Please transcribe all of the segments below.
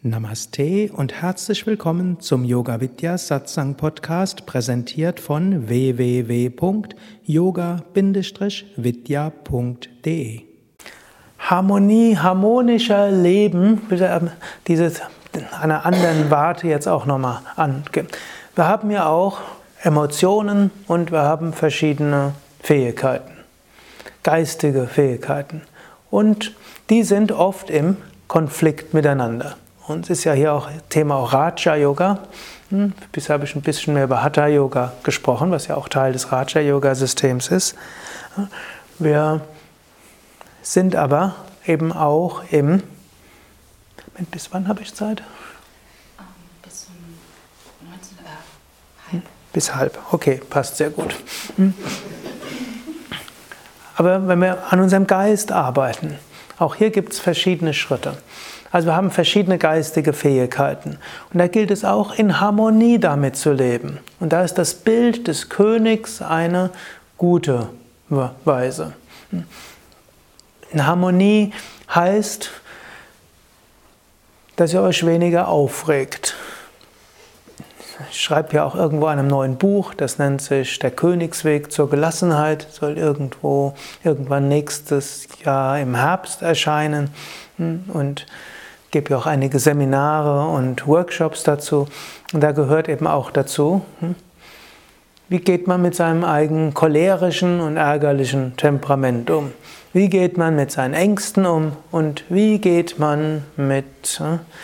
Namaste und herzlich willkommen zum Yoga Vidya Satsang Podcast, präsentiert von www.yoga-vidya.de. Harmonie, harmonischer Leben, bitte dieses einer anderen Warte jetzt auch nochmal angehen. Wir haben ja auch Emotionen und wir haben verschiedene Fähigkeiten, geistige Fähigkeiten, und die sind oft im Konflikt miteinander. Und es ist ja hier auch Thema auch Raja Yoga. Bisher habe ich ein bisschen mehr über Hatha Yoga gesprochen, was ja auch Teil des Raja Yoga Systems ist. Wir sind aber eben auch im... Bis wann habe ich Zeit? Bis um 19 halb. Bis halb, okay, passt sehr gut. Aber wenn wir an unserem Geist arbeiten, auch hier gibt es verschiedene Schritte. Also wir haben verschiedene geistige Fähigkeiten. Und da gilt es auch, in Harmonie damit zu leben. Und da ist das Bild des Königs eine gute Weise. In Harmonie heißt, dass ihr euch weniger aufregt. Ich schreibe ja auch irgendwo an einem neuen Buch, das nennt sich Der Königsweg zur Gelassenheit, soll irgendwann nächstes Jahr im Herbst erscheinen, und gebe ja auch einige Seminare und Workshops dazu, und da gehört eben auch dazu, wie geht man mit seinem eigenen cholerischen und ärgerlichen Temperament um? Wie geht man mit seinen Ängsten um? Und wie geht man mit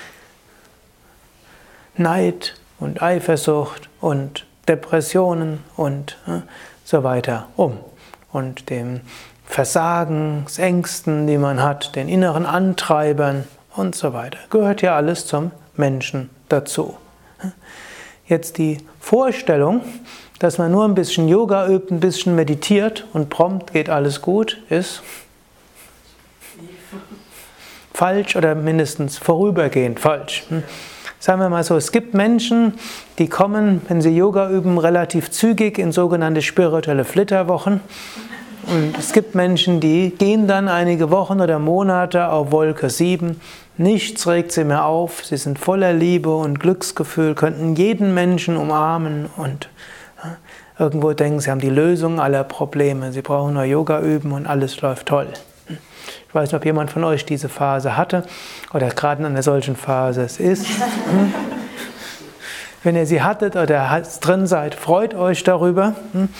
Neid und Eifersucht und Depressionen und so weiter um? Und dem Versagensängsten, die man hat, den inneren Antreibern und so weiter. Gehört ja alles zum Menschen dazu. Jetzt die Vorstellung, dass man nur ein bisschen Yoga übt, ein bisschen meditiert und prompt geht alles gut, ist falsch oder mindestens vorübergehend falsch. Sagen wir mal so, es gibt Menschen, die kommen, wenn sie Yoga üben, relativ zügig in sogenannte spirituelle Flitterwochen. Und es gibt Menschen, die gehen dann einige Wochen oder Monate auf Wolke 7. Nichts regt sie mehr auf, sie sind voller Liebe und Glücksgefühl, könnten jeden Menschen umarmen und irgendwo denken, sie haben die Lösung aller Probleme. Sie brauchen nur Yoga üben und alles läuft toll. Ich weiß nicht, ob jemand von euch diese Phase hatte oder gerade in einer solchen Phase es ist. Wenn ihr sie hattet oder drin seid, freut euch darüber.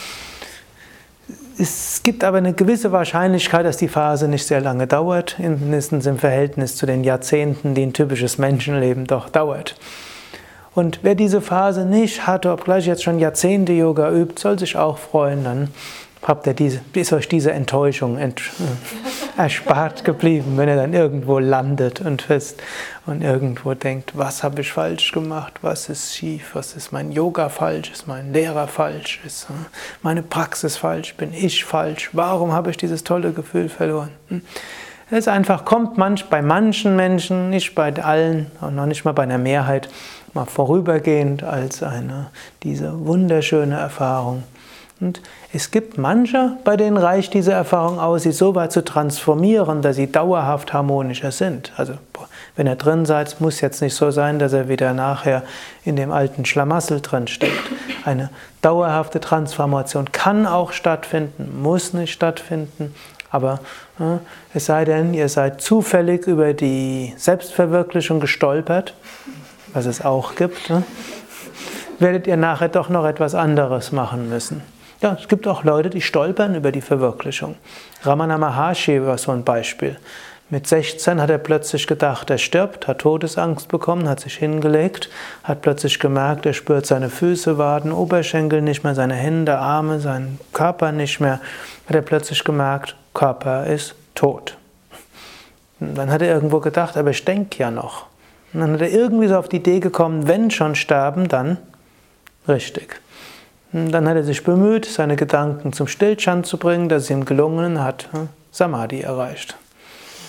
Es gibt aber eine gewisse Wahrscheinlichkeit, dass die Phase nicht sehr lange dauert, mindestens im Verhältnis zu den Jahrzehnten, die ein typisches Menschenleben doch dauert. Und wer diese Phase nicht hatte, obgleich jetzt schon Jahrzehnte Yoga übt, soll sich auch freuen, dann ist euch diese Enttäuschung erspart geblieben, wenn ihr dann irgendwo landet und irgendwo denkt, was habe ich falsch gemacht, was ist schief, was ist mein Yoga falsch, ist mein Lehrer falsch, ist meine Praxis falsch, bin ich falsch, warum habe ich dieses tolle Gefühl verloren? Es kommt bei manchen Menschen, nicht bei allen und noch nicht mal bei einer Mehrheit, mal vorübergehend als diese wunderschöne Erfahrung. Und es gibt manche, bei denen reicht diese Erfahrung aus, sie so weit zu transformieren, dass sie dauerhaft harmonischer sind. Also wenn ihr drin seid, muss jetzt nicht so sein, dass er wieder nachher in dem alten Schlamassel drin steckt. Eine dauerhafte Transformation kann auch stattfinden, muss nicht stattfinden, aber es sei denn, ihr seid zufällig über die Selbstverwirklichung gestolpert, was es auch gibt, werdet ihr nachher doch noch etwas anderes machen müssen. Ja, es gibt auch Leute, die stolpern über die Verwirklichung. Ramana Maharshi war so ein Beispiel. Mit 16 hat er plötzlich gedacht, er stirbt, hat Todesangst bekommen, hat sich hingelegt, hat plötzlich gemerkt, er spürt seine Füße, Waden, Oberschenkel nicht mehr, seine Hände, Arme, seinen Körper nicht mehr. Hat er plötzlich gemerkt, Körper ist tot. Und dann hat er irgendwo gedacht, aber ich denke ja noch. Und dann hat er irgendwie so auf die Idee gekommen, wenn schon sterben, dann richtig. Und dann hat er sich bemüht, seine Gedanken zum Stillstand zu bringen, dass es ihm gelungen hat, Samadhi erreicht.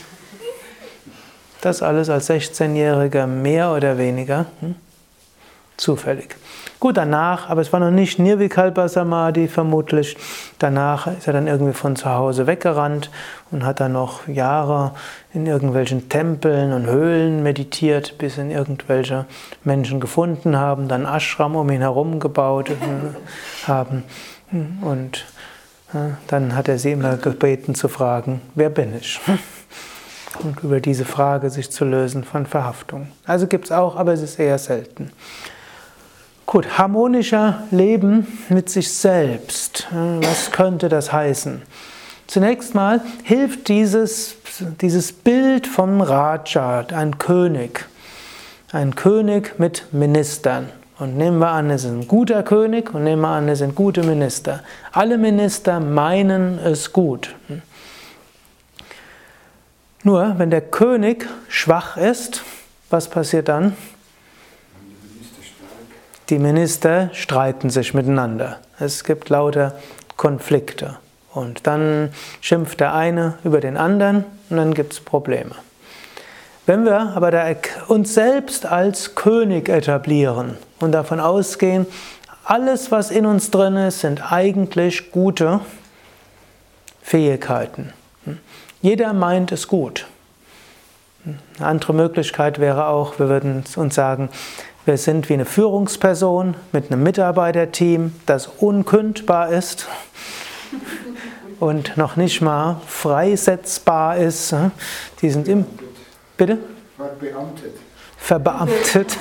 Das alles als 16-Jähriger mehr oder weniger. zufällig. Gut, danach, aber es war noch nicht Nirvikalpa Samadhi vermutlich, danach ist er dann irgendwie von zu Hause weggerannt und hat dann noch Jahre in irgendwelchen Tempeln und Höhlen meditiert, bis ihn irgendwelche Menschen gefunden haben, dann Ashram um ihn herum gebaut haben und dann hat er sie immer gebeten zu fragen, wer bin ich? Und über diese Frage sich zu lösen von Verhaftung. Also gibt es auch, aber es ist eher selten. Gut, harmonischer Leben mit sich selbst. Was könnte das heißen? Zunächst mal hilft dieses Bild vom Raja, ein König mit Ministern. Und nehmen wir an, es ist ein guter König und nehmen wir an, es sind gute Minister. Alle Minister meinen es gut. Nur, wenn der König schwach ist, was passiert dann? Die Minister streiten sich miteinander. Es gibt lauter Konflikte. Und dann schimpft der eine über den anderen und dann gibt es Probleme. Wenn wir aber uns selbst als König etablieren und davon ausgehen, alles, was in uns drin ist, sind eigentlich gute Fähigkeiten. Jeder meint es gut. Eine andere Möglichkeit wäre auch, wir würden uns sagen, wir sind wie eine Führungsperson mit einem Mitarbeiterteam, das unkündbar ist und noch nicht mal freisetzbar ist. Die sind bitte? Verbeamtet.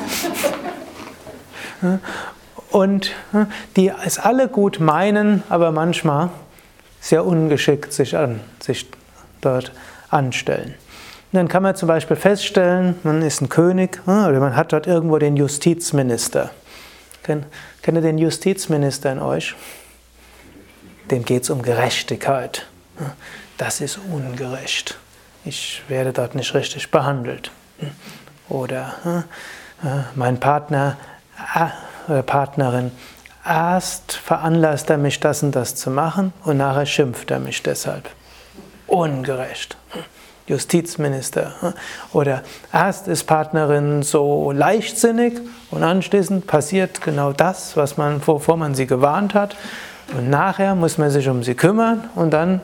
Und die es alle gut meinen, aber manchmal sehr ungeschickt sich dort anstellen. Und dann kann man zum Beispiel feststellen, man ist ein König oder man hat dort irgendwo den Justizminister. Kennt ihr den Justizminister in euch? Dem geht es um Gerechtigkeit. Das ist ungerecht. Ich werde dort nicht richtig behandelt. Oder mein Partner oder Partnerin, erst veranlasst er mich, das und das zu machen und nachher schimpft er mich deshalb. Ungerecht. Justizminister. Oder erst ist Partnerin so leichtsinnig und anschließend passiert genau das, wovor man sie gewarnt hat. Und nachher muss man sich um sie kümmern und dann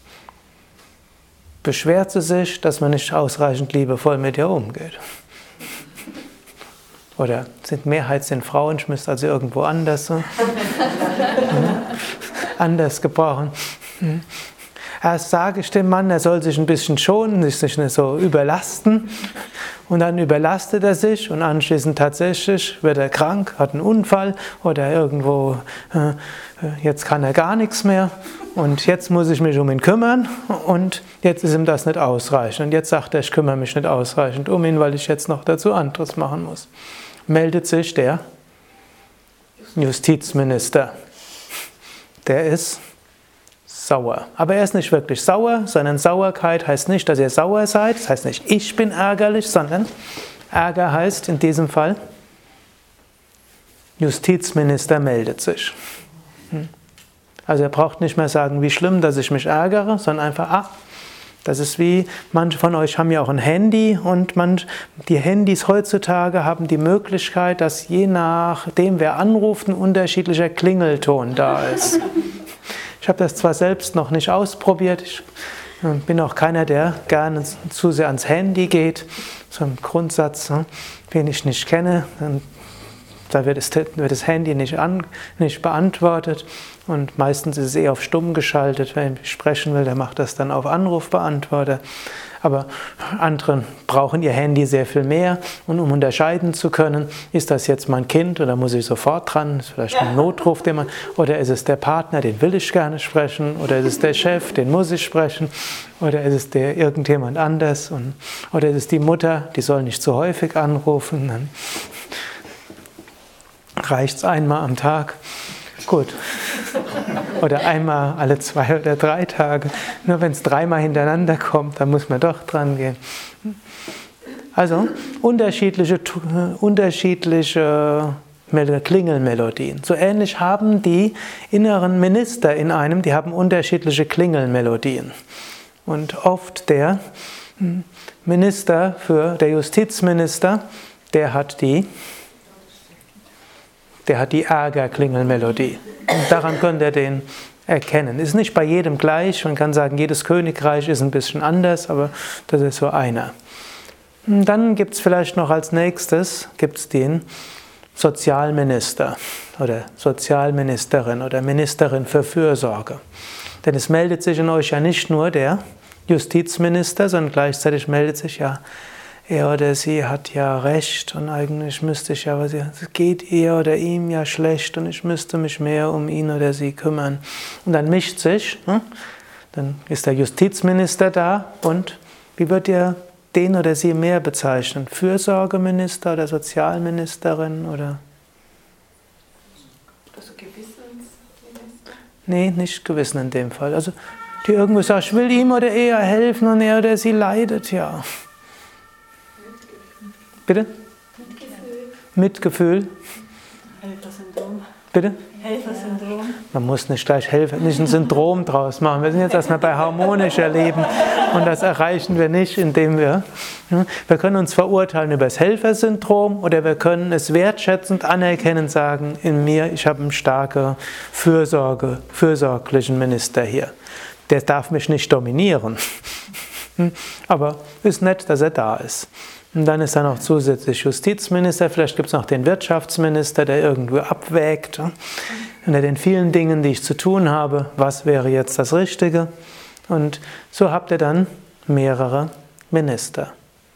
beschwert sie sich, dass man nicht ausreichend liebevoll mit ihr umgeht. Oder sind Frauen, ich müsste also irgendwo anders gebrauchen. Erst sage ich dem Mann, er soll sich ein bisschen schonen, sich nicht so überlasten. Und dann überlastet er sich und anschließend tatsächlich wird er krank, hat einen Unfall oder irgendwo, jetzt kann er gar nichts mehr. Und jetzt muss ich mich um ihn kümmern und jetzt ist ihm das nicht ausreichend. Und jetzt sagt er, ich kümmere mich nicht ausreichend um ihn, weil ich jetzt noch dazu anderes machen muss. Meldet sich der Justizminister. Der ist sauer. Aber er ist nicht wirklich sauer, sondern Sauerkeit heißt nicht, dass ihr sauer seid. Das heißt nicht, ich bin ärgerlich, sondern Ärger heißt in diesem Fall, Justizminister meldet sich. Also er braucht nicht mehr sagen, wie schlimm, dass ich mich ärgere, sondern einfach, das ist wie, manche von euch haben ja auch ein Handy und die Handys heutzutage haben die Möglichkeit, dass je nachdem, wer anruft, ein unterschiedlicher Klingelton da ist. Ich habe das zwar selbst noch nicht ausprobiert, ich bin auch keiner, der gerne zu sehr ans Handy geht. So ein Grundsatz, den ich nicht kenne, da wird das Handy nicht beantwortet und meistens ist es eher auf stumm geschaltet. Wenn ich sprechen will, der macht das dann auf Anrufbeantworter. Aber andere brauchen ihr Handy sehr viel mehr und um unterscheiden zu können, ist das jetzt mein Kind oder muss ich sofort dran, ist vielleicht ein Notruf, oder ist es der Partner, den will ich gerne sprechen, oder ist es der Chef, den muss ich sprechen, oder ist es irgendjemand anders, oder ist es die Mutter, die soll nicht zu häufig anrufen, dann reicht es einmal am Tag. Gut. Oder einmal alle 2 oder 3 Tage. Nur wenn es 3-mal hintereinander kommt, dann muss man doch dran gehen. Also unterschiedliche Klingelmelodien. So ähnlich haben die inneren Minister in einem, die haben unterschiedliche Klingelmelodien. Und oft der Justizminister, der hat die der hat die Ärgerklingelmelodie. Und daran könnt ihr den erkennen. Ist nicht bei jedem gleich. Man kann sagen, jedes Königreich ist ein bisschen anders, aber das ist so einer. Und dann gibt es vielleicht noch als nächstes den Sozialminister oder Sozialministerin oder Ministerin für Fürsorge. Denn es meldet sich in euch ja nicht nur der Justizminister, sondern gleichzeitig meldet sich ja, er oder sie hat ja recht und eigentlich müsste ich ja, es geht ihr oder ihm ja schlecht und ich müsste mich mehr um ihn oder sie kümmern. Und dann mischt sich, dann ist der Justizminister da und wie wird ihr den oder sie mehr bezeichnen? Fürsorgeminister oder Sozialministerin oder? Also Gewissensminister? Nee, nicht Gewissen in dem Fall. Also die irgendwo sagt, ich will ihm oder ihr helfen und er oder sie leidet, ja. Bitte? Mitgefühl. Helfersyndrom. Bitte? Helfersyndrom. Man muss nicht gleich helfen, nicht ein Syndrom draus machen. Wir sind jetzt erstmal bei harmonischer Leben und das erreichen wir nicht, indem wir können uns verurteilen über das Helfersyndrom oder wir können es wertschätzend anerkennen, sagen, in mir, ich habe einen starken fürsorglichen Minister hier. Der darf mich nicht dominieren. Aber ist nett, dass er da ist. Und dann ist da noch zusätzlich Justizminister, vielleicht gibt es noch den Wirtschaftsminister, der irgendwo abwägt, unter den vielen Dingen, die ich zu tun habe, was wäre jetzt das Richtige? Und so habt ihr dann mehrere Minister.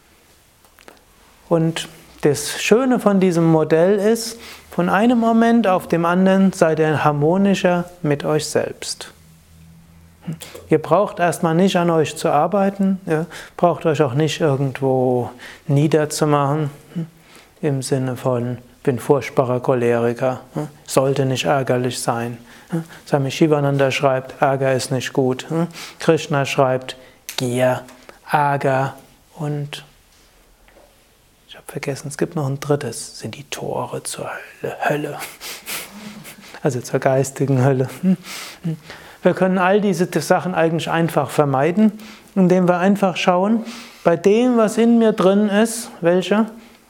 Und das Schöne von diesem Modell ist, von einem Moment auf dem anderen seid ihr harmonischer mit euch selbst. Ihr braucht erstmal nicht an euch zu arbeiten, ihr braucht euch auch nicht irgendwo niederzumachen, im Sinne von, bin furchtbarer Choleriker, sollte nicht ärgerlich sein. Swami Shivananda schreibt, Ärger ist nicht gut. Krishna schreibt, Gier, Ärger und, ich habe vergessen, es gibt noch ein drittes, sind die Tore zur Hölle. Also zur geistigen Hölle. Wir können all diese Sachen eigentlich einfach vermeiden, indem wir einfach schauen, bei dem, was in mir drin ist, welche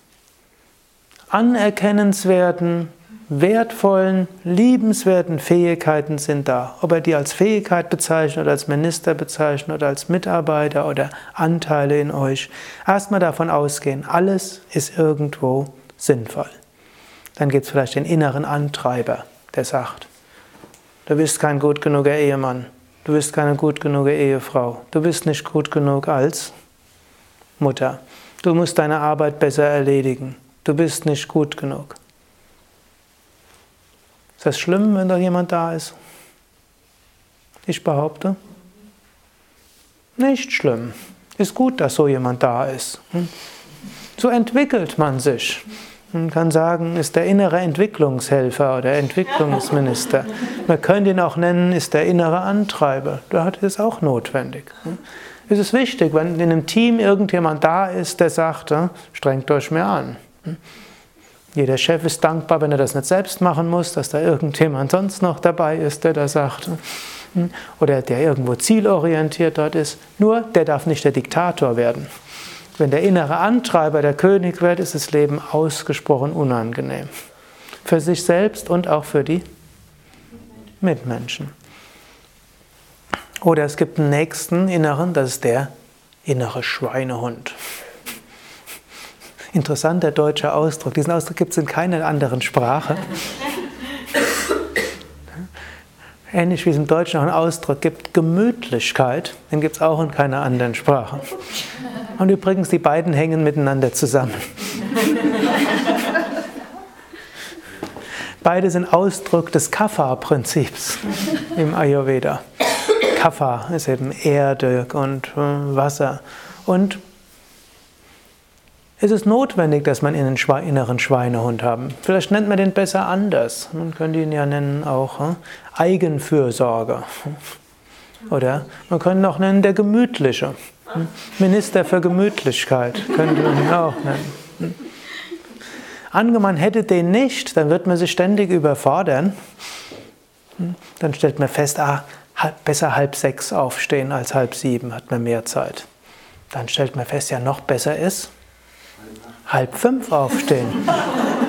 anerkennenswerten, wertvollen, liebenswerten Fähigkeiten sind da. Ob er die als Fähigkeit bezeichnet oder als Minister bezeichnet oder als Mitarbeiter oder Anteile in euch. Erstmal davon ausgehen, alles ist irgendwo sinnvoll. Dann gibt es vielleicht den inneren Antreiber, der sagt, du bist kein gut genuger Ehemann, du bist keine gut genuge Ehefrau, du bist nicht gut genug als Mutter, du musst deine Arbeit besser erledigen, du bist nicht gut genug. Ist das schlimm, wenn da jemand da ist? Ich behaupte, nicht schlimm. Ist gut, dass so jemand da ist. So entwickelt man sich. Man kann sagen, ist der innere Entwicklungshelfer oder Entwicklungsminister. Man könnte ihn auch nennen, ist der innere Antreiber. Da ist auch notwendig. Es ist wichtig, wenn in einem Team irgendjemand da ist, der sagt, strengt euch mehr an. Jeder Chef ist dankbar, wenn er das nicht selbst machen muss, dass da irgendjemand sonst noch dabei ist, der das sagt. Oder der irgendwo zielorientiert dort ist. Nur, der darf nicht der Diktator werden. Wenn der innere Antreiber der König wird, ist das Leben ausgesprochen unangenehm. Für sich selbst und auch für die Mitmenschen. Oder es gibt einen nächsten inneren, das ist der innere Schweinehund. Interessanter deutscher Ausdruck. Diesen Ausdruck gibt es in keiner anderen Sprache. Ähnlich wie es im Deutschen auch einen Ausdruck gibt, Gemütlichkeit, den gibt es auch in keiner anderen Sprache. Und übrigens, die beiden hängen miteinander zusammen. Beide sind Ausdruck des Kapha-Prinzips im Ayurveda. Kapha ist eben Erde und Wasser. Und es ist notwendig, dass man einen inneren Schweinehund haben. Vielleicht nennt man den besser anders. Man könnte ihn ja nennen auch Eigenfürsorge. Oder man könnte ihn auch nennen der Gemütliche. Minister für Gemütlichkeit könnte man ihn auch nennen. Angenommen, man hätte den nicht, dann wird man sich ständig überfordern. Dann stellt man fest, besser 5:30 aufstehen als 6:30, hat man mehr Zeit. Dann stellt man fest, ja, noch besser ist 4:30 aufstehen.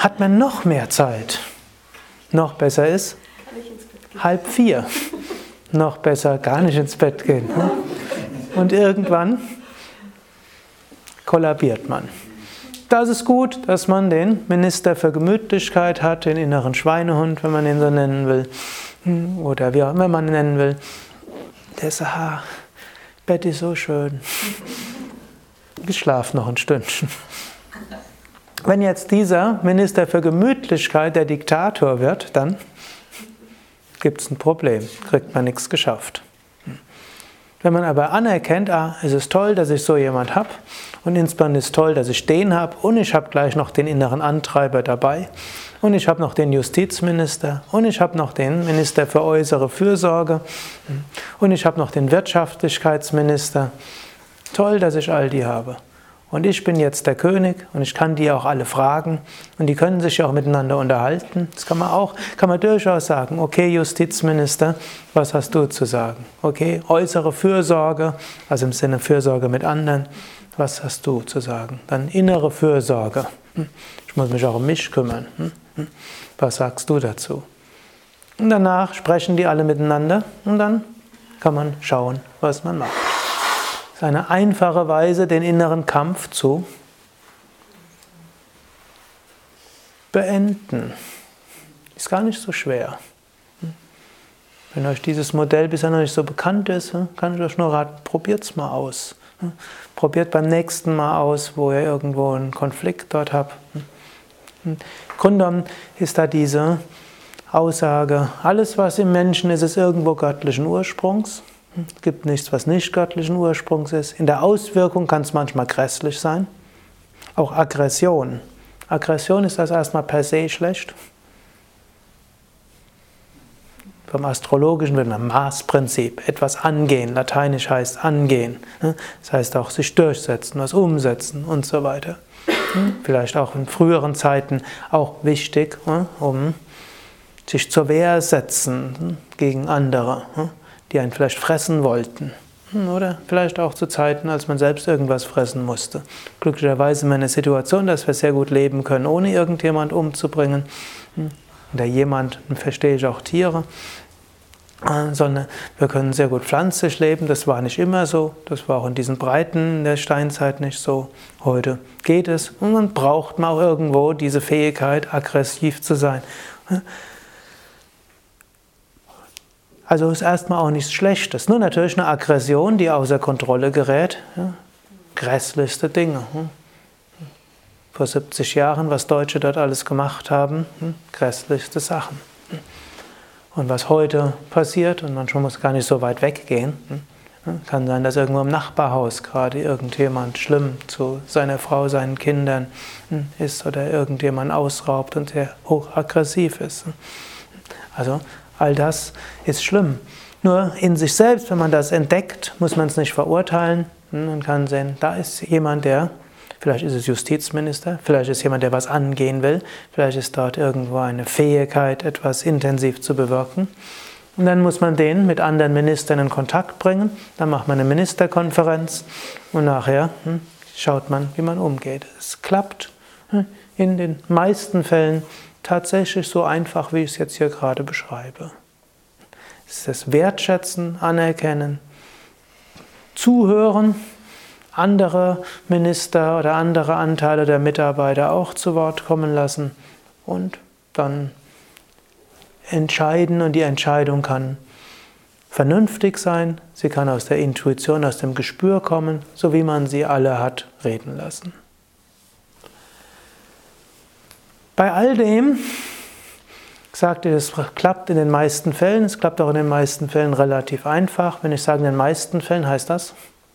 hat man noch mehr Zeit. Noch besser ist Kann ich ins Bett gehen? 3:30. Noch besser gar nicht ins Bett gehen. Und irgendwann kollabiert man. Das ist gut, dass man den Minister für Gemütlichkeit hat, den inneren Schweinehund, wenn man ihn so nennen will, oder wie auch immer man ihn nennen will. Der sagt, Bett ist so schön. Ich schlafe noch ein Stündchen. Wenn jetzt dieser Minister für Gemütlichkeit der Diktator wird, dann gibt es ein Problem, kriegt man nichts geschafft. Wenn man aber anerkennt, es ist toll, dass ich so jemand habe und insbesondere ist es toll, dass ich den habe und ich habe gleich noch den inneren Antreiber dabei und ich habe noch den Justizminister und ich habe noch den Minister für äußere Fürsorge und ich habe noch den Wirtschaftlichkeitsminister. Toll, dass ich all die habe. Und ich bin jetzt der König und ich kann die auch alle fragen und die können sich ja auch miteinander unterhalten. Das kann man durchaus sagen, okay, Justizminister, was hast du zu sagen? Okay, äußere Fürsorge, also im Sinne Fürsorge mit anderen, was hast du zu sagen? Dann innere Fürsorge, ich muss mich auch um mich kümmern. Was sagst du dazu? Und danach sprechen die alle miteinander und dann kann man schauen, was man macht. Eine einfache Weise, den inneren Kampf zu beenden. Ist gar nicht so schwer. Wenn euch dieses Modell bisher noch nicht so bekannt ist, kann ich euch nur raten, probiert es mal aus. Probiert beim nächsten Mal aus, wo ihr irgendwo einen Konflikt dort habt. Im Grunde genommen ist da diese Aussage, alles was im Menschen ist, ist irgendwo göttlichen Ursprungs. Es gibt nichts, was nicht göttlichen Ursprungs ist. In der Auswirkung kann es manchmal grässlich sein. Auch Aggression. Aggression ist das erstmal per se schlecht. Beim Astrologischen wird man Maßprinzip, etwas angehen. Lateinisch heißt angehen. Das heißt auch sich durchsetzen, was umsetzen und so weiter. Vielleicht auch in früheren Zeiten auch wichtig, um sich zur Wehr setzen gegen andere, die einen vielleicht fressen wollten. Oder vielleicht auch zu Zeiten, als man selbst irgendwas fressen musste. Glücklicherweise in einer Situation, dass wir sehr gut leben können, ohne irgendjemand umzubringen. Unter jemandem verstehe ich auch Tiere. Sondern wir können sehr gut pflanzlich leben. Das war nicht immer so. Das war auch in diesen Breiten der Steinzeit nicht so. Heute geht es. Und man braucht mal auch irgendwo diese Fähigkeit, aggressiv zu sein. Also ist erstmal auch nichts Schlechtes. Nur natürlich eine Aggression, die außer Kontrolle gerät. Grässlichste Dinge. Vor 70 Jahren, was Deutsche dort alles gemacht haben, grässlichste Sachen. Und was heute passiert, und manchmal muss gar nicht so weit weggehen, kann sein, dass irgendwo im Nachbarhaus gerade irgendjemand schlimm zu seiner Frau, seinen Kindern ist oder irgendjemand ausraubt und sehr hochaggressiv ist. Also all das ist schlimm. Nur in sich selbst, wenn man das entdeckt, muss man es nicht verurteilen. Man kann sehen, da ist jemand, vielleicht ist es Justizminister, vielleicht ist jemand, der was angehen will, vielleicht ist dort irgendwo eine Fähigkeit, etwas intensiv zu bewirken. Und dann muss man den mit anderen Ministern in Kontakt bringen, dann macht man eine Ministerkonferenz und nachher schaut man, wie man umgeht. Es klappt in den meisten Fällen tatsächlich so einfach, wie ich es jetzt hier gerade beschreibe. Es ist das Wertschätzen, Anerkennen, Zuhören, andere Minister oder andere Anteile der Mitarbeiter auch zu Wort kommen lassen und dann entscheiden. Und die Entscheidung kann vernünftig sein, sie kann aus der Intuition, aus dem Gespür kommen, so wie man sie alle hat reden lassen. Bei all dem, ich sagte, es klappt in den meisten Fällen, es klappt auch in den meisten Fällen relativ einfach. Wenn ich sage in den meisten Fällen, heißt das?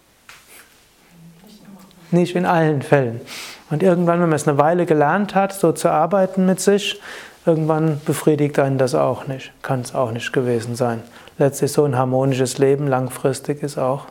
Nicht in allen Fällen. Und irgendwann, wenn man es eine Weile gelernt hat, so zu arbeiten mit sich, irgendwann befriedigt einen das auch nicht. Kann es auch nicht gewesen sein. Letztlich so ein harmonisches Leben langfristig ist auch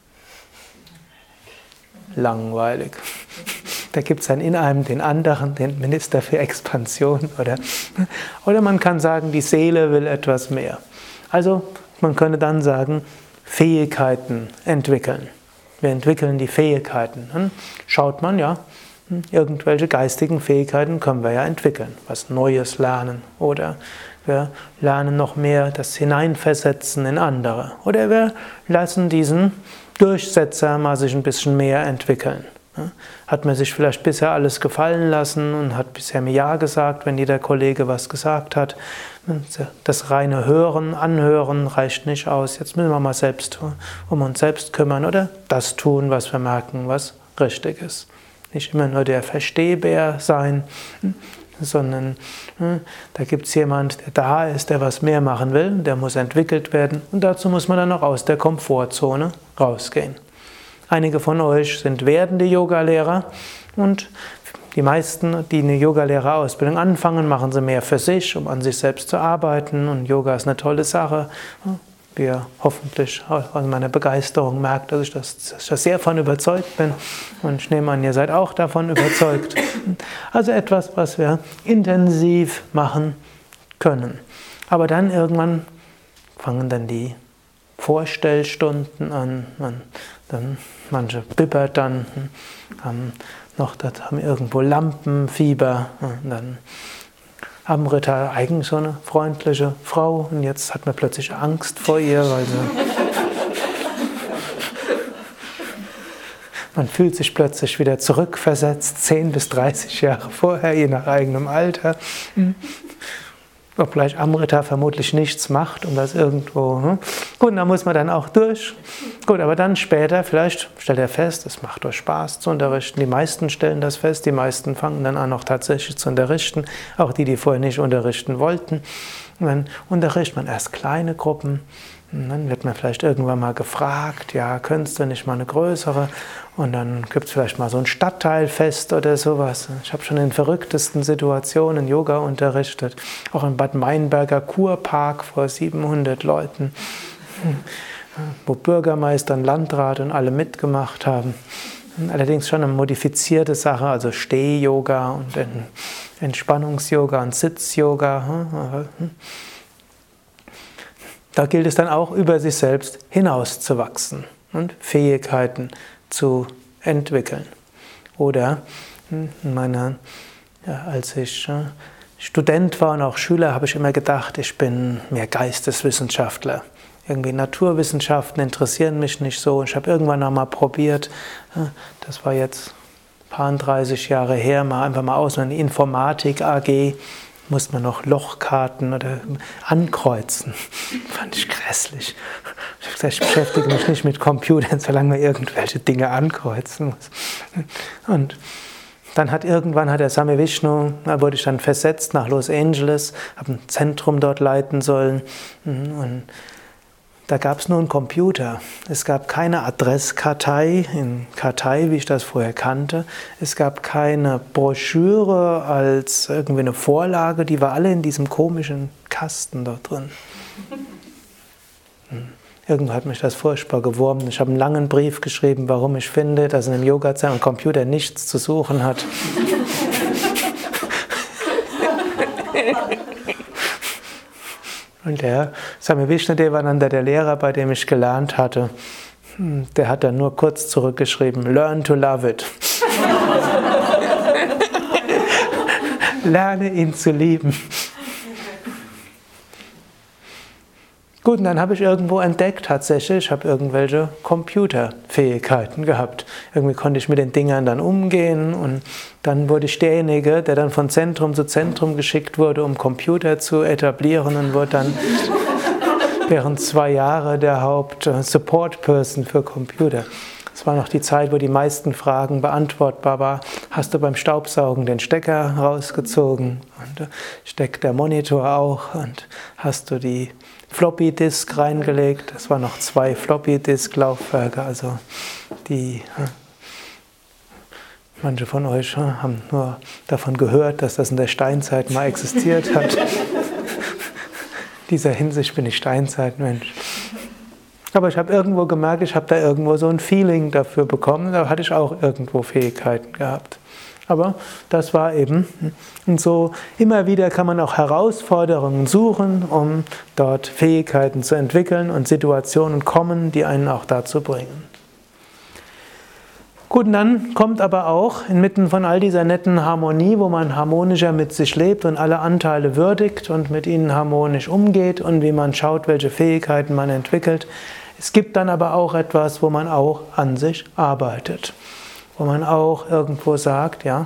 langweilig. Da gibt es dann in einem den anderen, den Minister für Expansion. Oder man kann sagen, die Seele will etwas mehr. Also man könnte dann sagen, Fähigkeiten entwickeln. Wir entwickeln die Fähigkeiten. Dann schaut man, Irgendwelche geistigen Fähigkeiten können wir ja entwickeln, was Neues lernen oder wir lernen noch mehr das Hineinversetzen in andere oder wir lassen diesen Durchsetzer mal sich ein bisschen mehr entwickeln. Hat man sich vielleicht bisher alles gefallen lassen und hat bisher Ja gesagt, wenn jeder Kollege was gesagt hat. Das reine Hören, Anhören reicht nicht aus. Jetzt müssen wir mal selbst um uns selbst kümmern oder das tun, was wir merken, was richtig ist. Nicht immer nur der Verstehbär sein, sondern da gibt es jemand, der da ist, der was mehr machen will, der muss entwickelt werden und dazu muss man dann auch aus der Komfortzone rausgehen. Einige von euch sind werdende Yogalehrer und die meisten, die eine Yogalehrerausbildung anfangen, machen sie mehr für sich, um an sich selbst zu arbeiten und Yoga ist eine tolle Sache. Wie ihr hoffentlich an meiner Begeisterung merkt, dass ich da sehr von überzeugt bin und ich nehme an, ihr seid auch davon überzeugt. Also etwas, was wir intensiv machen können. Aber dann irgendwann fangen dann die Vorstellstunden an, dann manche bibbert dann, haben irgendwo Lampenfieber und dann Amrita eigentlich so eine freundliche Frau und jetzt hat man plötzlich Angst vor ihr, weil man fühlt sich plötzlich wieder zurückversetzt, 10 bis 30 Jahre vorher, je nach eigenem Alter. Obgleich Amrita vermutlich nichts macht, um das irgendwo. Gut, da muss man dann auch durch. Gut, aber dann später, vielleicht stellt er fest, es macht euch Spaß zu unterrichten. Die meisten stellen das fest, die meisten fangen dann an, auch tatsächlich zu unterrichten. Auch die, die vorher nicht unterrichten wollten. Und dann unterrichtet man erst kleine Gruppen. Und dann wird man vielleicht irgendwann mal gefragt, ja, könntest du nicht mal eine größere? Und dann gibt es vielleicht mal so ein Stadtteilfest oder sowas. Ich habe schon in verrücktesten Situationen Yoga unterrichtet. Auch im Bad Meinberger Kurpark vor 700 Leuten, wo Bürgermeister und Landrat und alle mitgemacht haben. Allerdings schon eine modifizierte Sache, also Steh-Yoga und Entspannungs-Yoga und Sitz-Yoga. Da gilt es dann auch, über sich selbst hinauszuwachsen und Fähigkeiten zu entwickeln. Oder als ich Student war und auch Schüler, habe ich immer gedacht, ich bin mehr Geisteswissenschaftler. Irgendwie Naturwissenschaften interessieren mich nicht so. Ich habe irgendwann einmal probiert, das war jetzt ein paar 30 Jahre her, einfach mal aus einer Informatik AG, muss man noch Lochkarten oder ankreuzen. Fand ich grässlich. Ich habe gesagt, ich beschäftige mich nicht mit Computern, solange man irgendwelche Dinge ankreuzen muss. Und dann irgendwann hat der Same Vishnu, da wurde ich dann versetzt nach Los Angeles, habe ein Zentrum dort leiten sollen. Und da gab es nur einen Computer. Es gab keine Adresskartei in Kartei, wie ich das vorher kannte. Es gab keine Broschüre als irgendwie eine Vorlage. Die war alle in diesem komischen Kasten dort drin. Irgendwann hat mich das furchtbar gewurmt. Ich habe einen langen Brief geschrieben, warum ich finde, dass in einem Yoga-Zentrum ein Computer nichts zu suchen hat. Und der Same Vishnadevananda, der Lehrer, bei dem ich gelernt hatte, der hat dann nur kurz zurückgeschrieben, learn to love it. Lerne ihn zu lieben. Gut, und dann habe ich irgendwo entdeckt, tatsächlich, ich habe irgendwelche Computerfähigkeiten gehabt. Irgendwie konnte ich mit den Dingern dann umgehen und dann wurde ich derjenige, der dann von Zentrum zu Zentrum geschickt wurde, um Computer zu etablieren und wurde dann während 2 Jahre der Haupt-Support-Person für Computer. Es war noch die Zeit, wo die meisten Fragen beantwortbar waren. Hast du beim Staubsaugen den Stecker rausgezogen? Und steckt der Monitor auch? Und hast du die Floppy Disk reingelegt? Es waren noch 2 Floppy Disk Laufwerke, also manche von euch haben nur davon gehört, dass das in der Steinzeit mal existiert hat. In dieser Hinsicht bin ich Steinzeitmensch. Aber ich habe irgendwo gemerkt, ich habe da irgendwo so ein Feeling dafür bekommen, da hatte ich auch irgendwo Fähigkeiten gehabt. Aber das war eben, und so immer wieder kann man auch Herausforderungen suchen, um dort Fähigkeiten zu entwickeln und Situationen kommen, die einen auch dazu bringen. Gut, und dann kommt aber auch inmitten von all dieser netten Harmonie, wo man harmonischer mit sich lebt und alle Anteile würdigt und mit ihnen harmonisch umgeht und wie man schaut, welche Fähigkeiten man entwickelt. Es gibt dann aber auch etwas, wo man auch an sich arbeitet, wo man auch irgendwo sagt, ja,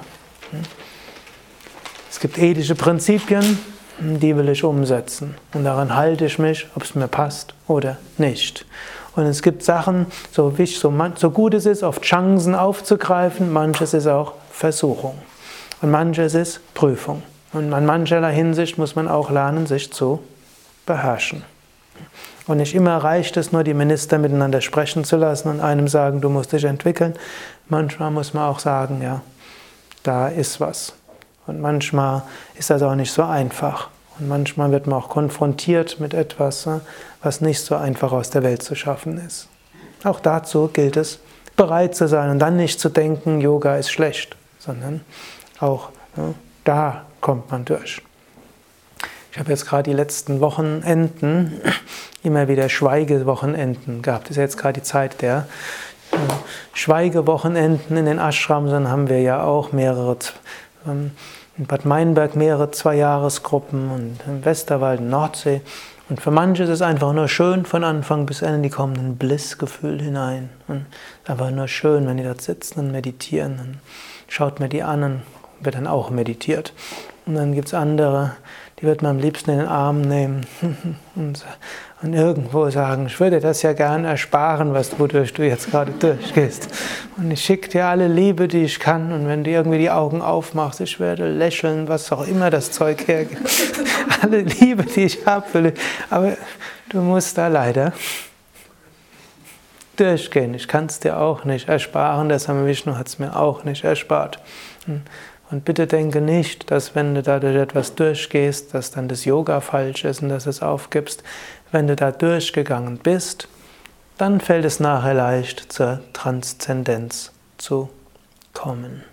es gibt ethische Prinzipien, die will ich umsetzen und daran halte ich mich, ob es mir passt oder nicht. Und es gibt Sachen, so gut es ist, oft Chancen aufzugreifen, manches ist auch Versuchung. Und manches ist Prüfung. Und in mancherlei Hinsicht muss man auch lernen, sich zu beherrschen. Und nicht immer reicht es nur, die Minister miteinander sprechen zu lassen und einem sagen, du musst dich entwickeln. Manchmal muss man auch sagen, ja, da ist was. Und manchmal ist das auch nicht so einfach. Und manchmal wird man auch konfrontiert mit etwas, was nicht so einfach aus der Welt zu schaffen ist. Auch dazu gilt es, bereit zu sein und dann nicht zu denken, Yoga ist schlecht, sondern auch da kommt man durch. Ich habe jetzt gerade die letzten Wochenenden immer wieder Schweigewochenenden gehabt. Das ist jetzt gerade die Zeit der Schweigewochenenden in den Ashrams. Dann haben wir ja auch mehrere, in Bad Meinberg mehrere 2-Jahresgruppen und im Westerwald, Nordsee. Und für manche ist es einfach nur schön, von Anfang bis Ende, die kommen in ein Blissgefühl hinein. Und es ist einfach nur schön, wenn die dort sitzen und meditieren. Dann schaut mir die an und wird dann auch meditiert. Und dann gibt es andere, die wird man am liebsten in den Arm nehmen und irgendwo sagen, ich würde das ja gern ersparen, wodurch du jetzt gerade durchgehst. Und ich schicke dir alle Liebe, die ich kann. Und wenn du irgendwie die Augen aufmachst, ich werde lächeln, was auch immer das Zeug hergibt. Alle Liebe, die ich habe. Aber du musst da leider durchgehen. Ich kann es dir auch nicht ersparen. Der Same Vishnu hat es mir auch nicht erspart. Und bitte denke nicht, dass wenn du da durch etwas durchgehst, dass dann das Yoga falsch ist und dass du es aufgibst. Wenn du da durchgegangen bist, dann fällt es nachher leicht, zur Transzendenz zu kommen.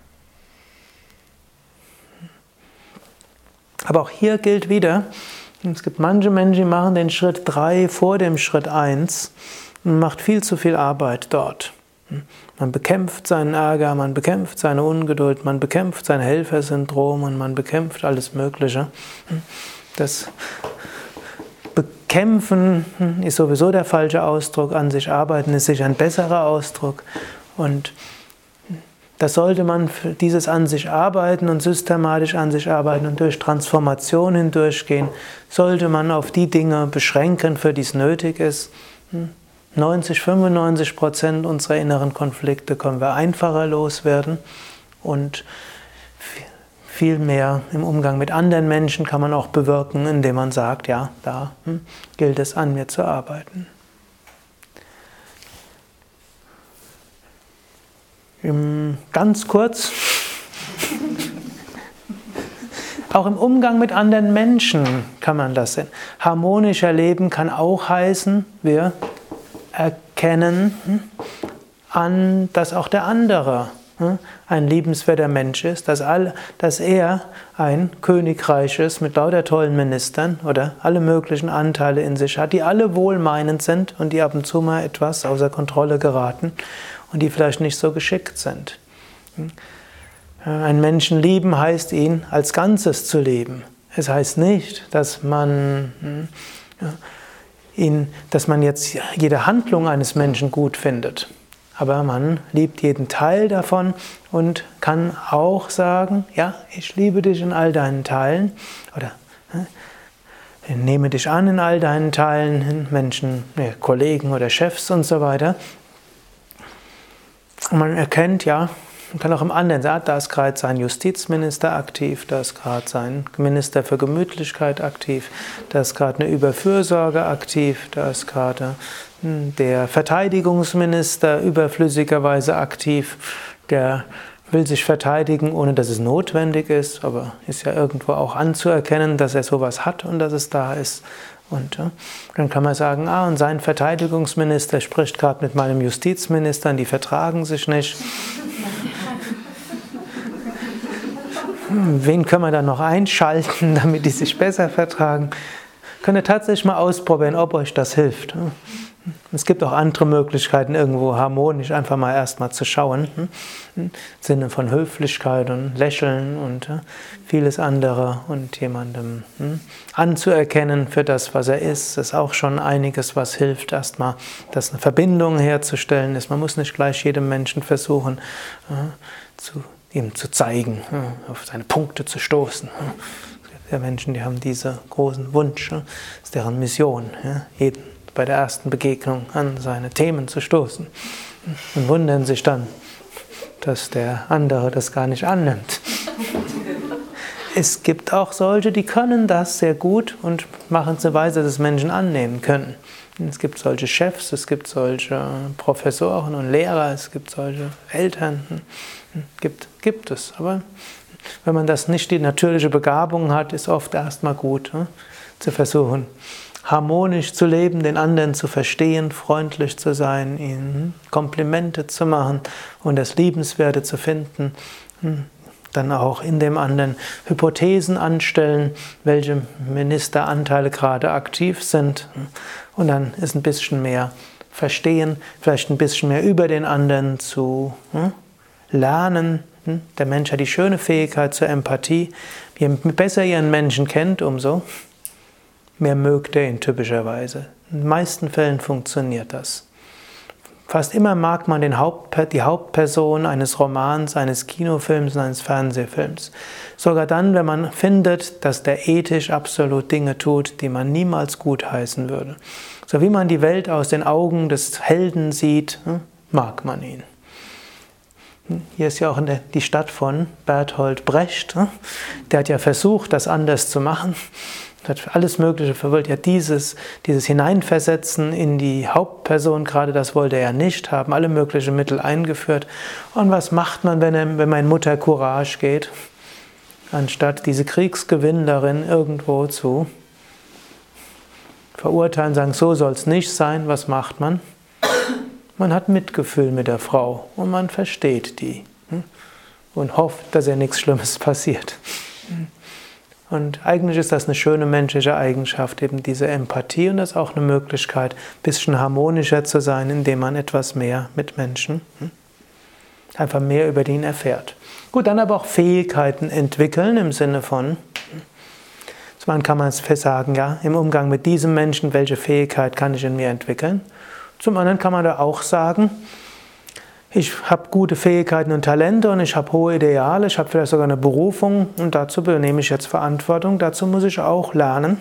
Aber auch hier gilt wieder, es gibt manche Menschen, die machen den Schritt 3 vor dem Schritt 1 und macht viel zu viel Arbeit dort. Man bekämpft seinen Ärger, man bekämpft seine Ungeduld, man bekämpft sein Helfersyndrom und man bekämpft alles Mögliche. Das Bekämpfen ist sowieso der falsche Ausdruck, an sich arbeiten ist sicher ein besserer Ausdruck. Und das sollte man für dieses an sich arbeiten und systematisch an sich arbeiten und durch Transformation hindurchgehen, sollte man auf die Dinge beschränken, für die es nötig ist. 95% unserer inneren Konflikte können wir einfacher loswerden und viel mehr im Umgang mit anderen Menschen kann man auch bewirken, indem man sagt, ja, da gilt es an mir zu arbeiten. Ganz kurz, auch im Umgang mit anderen Menschen kann man das sehen. Harmonischer Leben kann auch heißen, wir erkennen an, dass auch der andere ein liebenswerter Mensch ist, dass er ein Königreich ist mit lauter tollen Ministern oder alle möglichen Anteile in sich hat, die alle wohlmeinend sind und die ab und zu mal etwas außer Kontrolle geraten und die vielleicht nicht so geschickt sind. Einen Menschen lieben heißt, ihn als Ganzes zu lieben. Es heißt nicht, dass man jetzt jede Handlung eines Menschen gut findet. Aber man liebt jeden Teil davon und kann auch sagen, ja, ich liebe dich in all deinen Teilen oder nehme dich an in all deinen Teilen, Menschen, Kollegen oder Chefs und so weiter. Und man erkennt, ja, man kann auch im anderen sagen, da ist gerade sein Justizminister aktiv, da ist gerade sein Minister für Gemütlichkeit aktiv, da ist gerade eine Überfürsorge aktiv, da ist gerade der Verteidigungsminister überflüssigerweise aktiv, der will sich verteidigen, ohne dass es notwendig ist, aber ist ja irgendwo auch anzuerkennen, dass er sowas hat und dass es da ist. Und dann kann man sagen, und sein Verteidigungsminister spricht gerade mit meinem Justizminister und die vertragen sich nicht. Wen können wir da noch einschalten, damit die sich besser vertragen? Könnt ihr tatsächlich mal ausprobieren, ob euch das hilft. Es gibt auch andere Möglichkeiten, irgendwo harmonisch einfach mal erstmal zu schauen. Im Sinne von Höflichkeit und Lächeln und vieles andere und jemandem anzuerkennen für das, was er ist auch schon einiges, was hilft, erstmal, dass eine Verbindung herzustellen ist. Man muss nicht gleich jedem Menschen versuchen, ihm zu zeigen, auf seine Punkte zu stoßen. Es gibt ja Menschen, die haben diesen großen Wunsch, das ist deren Mission, jeden bei der ersten Begegnung an seine Themen zu stoßen und wundern sich dann, dass der andere das gar nicht annimmt. Es gibt auch solche, die können das sehr gut und machen es eine Weise, dass es Menschen annehmen können. Es gibt solche Chefs, es gibt solche Professoren und Lehrer, es gibt solche Eltern, gibt es. Aber wenn man das nicht die natürliche Begabung hat, ist oft erstmal gut, zu versuchen, harmonisch zu leben, den anderen zu verstehen, freundlich zu sein, ihnen Komplimente zu machen und das Liebenswerte zu finden. Dann auch in dem anderen Hypothesen anstellen, welche Ministeranteile gerade aktiv sind. Und dann ist ein bisschen mehr verstehen, vielleicht ein bisschen mehr über den anderen zu lernen. Der Mensch hat die schöne Fähigkeit zur Empathie. Je besser ihr einen Menschen kennt, umso mehr mögt er ihn typischerweise. In den meisten Fällen funktioniert das. Fast immer mag man die Hauptperson eines Romans, eines Kinofilms, eines Fernsehfilms. Sogar dann, wenn man findet, dass der ethisch absolut Dinge tut, die man niemals gutheißen würde. So wie man die Welt aus den Augen des Helden sieht, mag man ihn. Hier ist ja auch die Stadt von Bertolt Brecht. Der hat ja versucht, das anders zu machen. Hat alles Mögliche verwirrt. Ja, dieses Hineinversetzen in die Hauptperson, gerade das wollte er nicht, haben alle möglichen Mittel eingeführt. Und was macht man, wenn man in Mutter Courage geht? Anstatt diese Kriegsgewinnerin irgendwo zu verurteilen, sagen, so soll es nicht sein, was macht man? Man hat Mitgefühl mit der Frau und man versteht die und hofft, dass ihr nichts Schlimmes passiert. Und eigentlich ist das eine schöne menschliche Eigenschaft, eben diese Empathie, und das ist auch eine Möglichkeit, ein bisschen harmonischer zu sein, indem man etwas mehr mit Menschen, einfach mehr über ihn erfährt. Gut, dann aber auch Fähigkeiten entwickeln im Sinne von, zum einen kann man es sagen, ja, im Umgang mit diesem Menschen, welche Fähigkeit kann ich in mir entwickeln? Zum anderen kann man da auch sagen, ich habe gute Fähigkeiten und Talente und ich habe hohe Ideale, ich habe vielleicht sogar eine Berufung und dazu übernehme ich jetzt Verantwortung. Dazu muss ich auch lernen,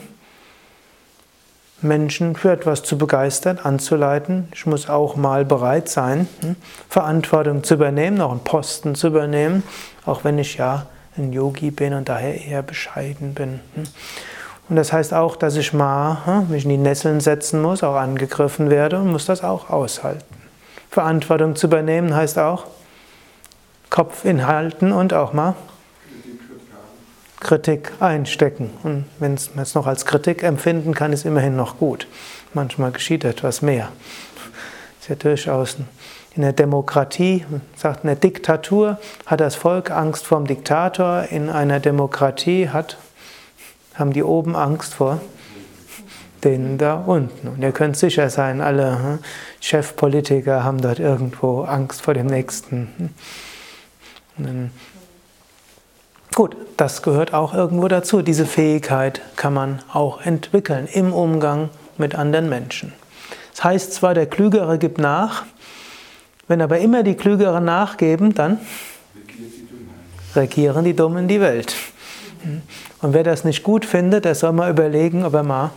Menschen für etwas zu begeistern, anzuleiten. Ich muss auch mal bereit sein, Verantwortung zu übernehmen, auch einen Posten zu übernehmen, auch wenn ich ja ein Yogi bin und daher eher bescheiden bin. Und das heißt auch, dass ich mal mich in die Nesseln setzen muss, auch angegriffen werde und muss das auch aushalten. Verantwortung zu übernehmen heißt auch Kopf inhalten und auch mal Kritik einstecken. Und wenn man es noch als Kritik empfinden kann, ist immerhin noch gut. Manchmal geschieht etwas mehr. Das ist ja durchaus in der Demokratie, sagt in der Diktatur hat das Volk Angst vor dem Diktator, in einer Demokratie haben die oben Angst vor denen da unten. Und ihr könnt sicher sein, alle Chefpolitiker haben dort irgendwo Angst vor dem Nächsten. Gut, das gehört auch irgendwo dazu. Diese Fähigkeit kann man auch entwickeln im Umgang mit anderen Menschen. Das heißt zwar, der Klügere gibt nach, wenn aber immer die Klügeren nachgeben, dann regieren die Dummen die Welt. Und wer das nicht gut findet, der soll mal überlegen, ob er mal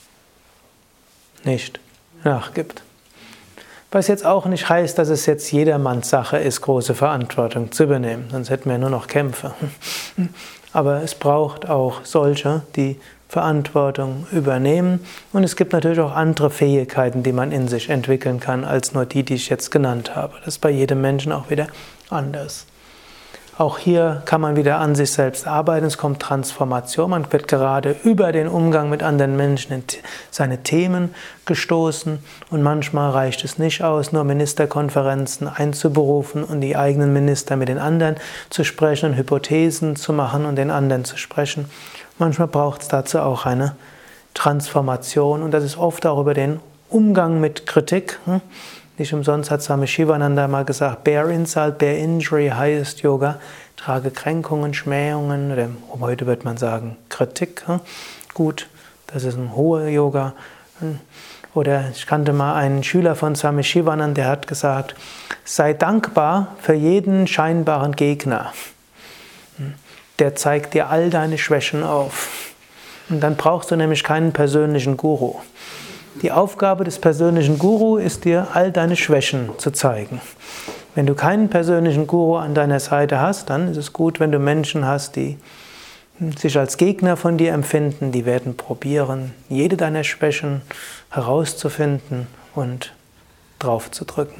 nicht nachgibt. Was jetzt auch nicht heißt, dass es jetzt jedermanns Sache ist, große Verantwortung zu übernehmen, sonst hätten wir nur noch Kämpfe. Aber es braucht auch solche, die Verantwortung übernehmen. Und es gibt natürlich auch andere Fähigkeiten, die man in sich entwickeln kann, als nur die ich jetzt genannt habe. Das ist bei jedem Menschen auch wieder anders. Auch hier kann man wieder an sich selbst arbeiten, es kommt Transformation, man wird gerade über den Umgang mit anderen Menschen in seine Themen gestoßen und manchmal reicht es nicht aus, nur Ministerkonferenzen einzuberufen und die eigenen Minister mit den anderen zu sprechen und Hypothesen zu machen und den anderen zu sprechen. Manchmal braucht es dazu auch eine Transformation und das ist oft auch über den Umgang mit Kritik. Nicht umsonst hat Swami Shivananda mal gesagt, bear insult, bear injury, highest Yoga. Trage Kränkungen, Schmähungen, oder heute wird man sagen Kritik. Gut, das ist ein hoher Yoga. Oder ich kannte mal einen Schüler von Swami Shivananda, der hat gesagt, sei dankbar für jeden scheinbaren Gegner. Der zeigt dir all deine Schwächen auf. Und dann brauchst du nämlich keinen persönlichen Guru. Die Aufgabe des persönlichen Guru ist dir, all deine Schwächen zu zeigen. Wenn du keinen persönlichen Guru an deiner Seite hast, dann ist es gut, wenn du Menschen hast, die sich als Gegner von dir empfinden, die werden probieren, jede deiner Schwächen herauszufinden und draufzudrücken.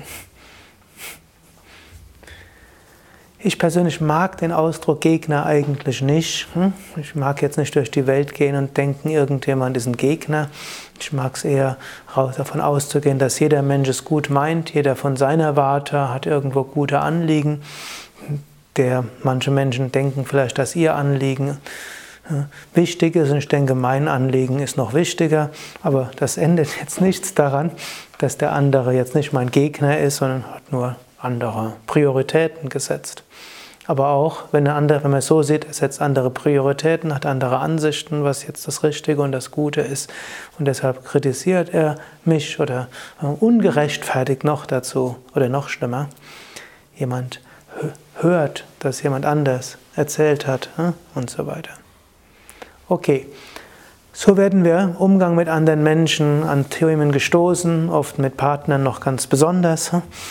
Ich persönlich mag den Ausdruck Gegner eigentlich nicht. Ich mag jetzt nicht durch die Welt gehen und denken, irgendjemand ist ein Gegner. Ich mag es eher davon auszugehen, dass jeder Mensch es gut meint, jeder von seiner Warte hat irgendwo gute Anliegen. Manche Menschen denken vielleicht, dass ihr Anliegen wichtig ist und ich denke, mein Anliegen ist noch wichtiger, aber das ändert jetzt nichts daran, dass der andere jetzt nicht mein Gegner ist, sondern hat nur andere Prioritäten gesetzt. Aber auch, wenn man es so sieht, er setzt andere Prioritäten, hat andere Ansichten, was jetzt das Richtige und das Gute ist. Und deshalb kritisiert er mich oder ungerechtfertigt noch dazu oder noch schlimmer. Jemand hört, dass jemand anders erzählt hat und so weiter. Okay, so werden wir im Umgang mit anderen Menschen an Themen gestoßen, oft mit Partnern noch ganz besonders.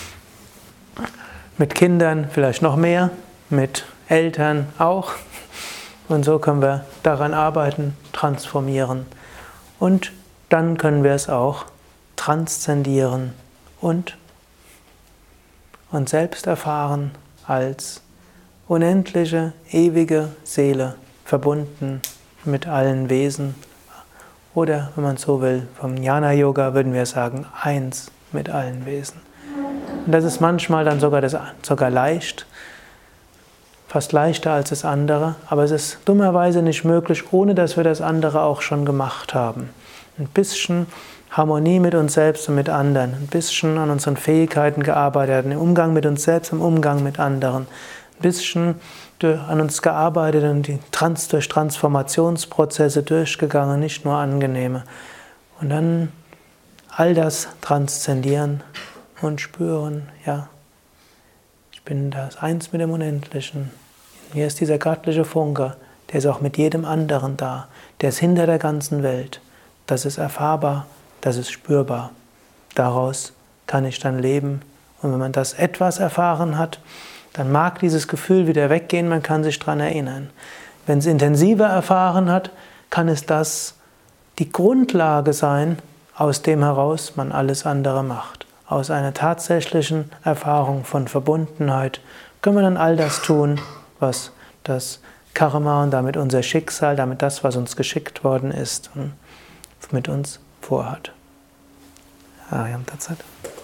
Mit Kindern vielleicht noch mehr, mit Eltern auch. Und so können wir daran arbeiten, transformieren. Und dann können wir es auch transzendieren und uns selbst erfahren als unendliche, ewige Seele, verbunden mit allen Wesen. Oder, wenn man so will, vom Jnana-Yoga würden wir sagen, eins mit allen Wesen. Und das ist manchmal dann sogar leicht, fast leichter als das andere, aber es ist dummerweise nicht möglich, ohne dass wir das andere auch schon gemacht haben. Ein bisschen Harmonie mit uns selbst und mit anderen, ein bisschen an unseren Fähigkeiten gearbeitet, im Umgang mit uns selbst, im Umgang mit anderen, ein bisschen an uns gearbeitet und durch Transformationsprozesse durchgegangen, nicht nur angenehme. Und dann all das transzendieren und spüren, ja, ich bin das Eins mit dem Unendlichen. In mir ist dieser göttliche Funke, der ist auch mit jedem anderen da, der ist hinter der ganzen Welt. Das ist erfahrbar, das ist spürbar. Daraus kann ich dann leben. Und wenn man das etwas erfahren hat, dann mag dieses Gefühl wieder weggehen, man kann sich daran erinnern. Wenn es intensiver erfahren hat, kann es das die Grundlage sein, aus dem heraus man alles andere macht. Aus einer tatsächlichen Erfahrung von Verbundenheit können wir dann all das tun, was das Karma und damit unser Schicksal, damit das, was uns geschickt worden ist, mit uns vorhat. Ariam Tatsat.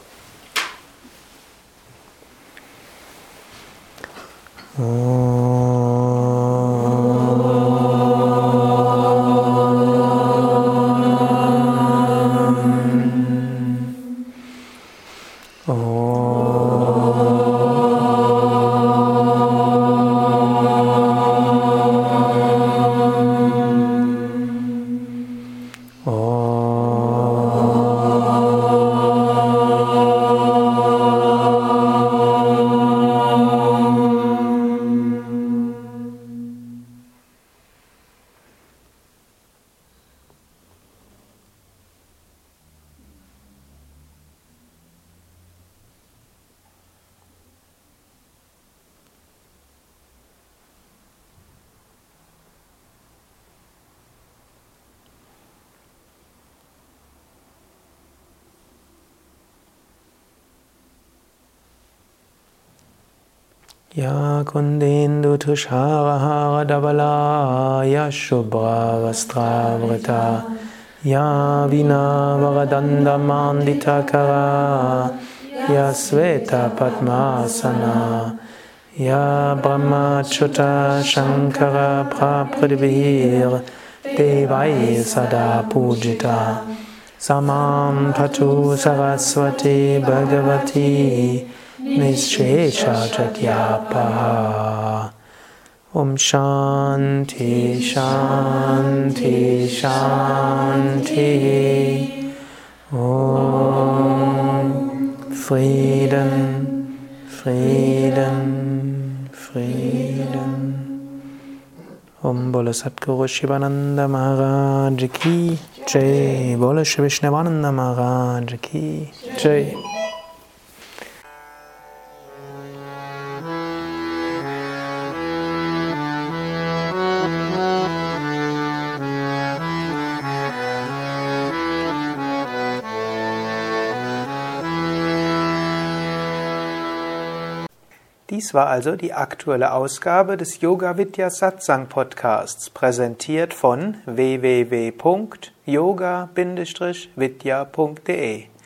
Ya Kundendu Tusharahara Davala Ya Shubhra Vastravrita Ya Vina Varadanda Manditakara Ya Sveta Padmasana Ya Brahmachuta Shankara Prapradivir Devai Sada Pujita Samam Patu Saraswati Bhagavati Nisheshachatyapa. Om Shanti Shanti Shanti. Om Frieden, Frieden, Frieden. Om Bolo Satguru Shivananda Maharaj Ki Jai. Bolo Shri Vishnavananda Maharaj Ki Jai. Dies war also die aktuelle Ausgabe des Yoga Vidya Satsang Podcasts, präsentiert von www.yoga-vidya.de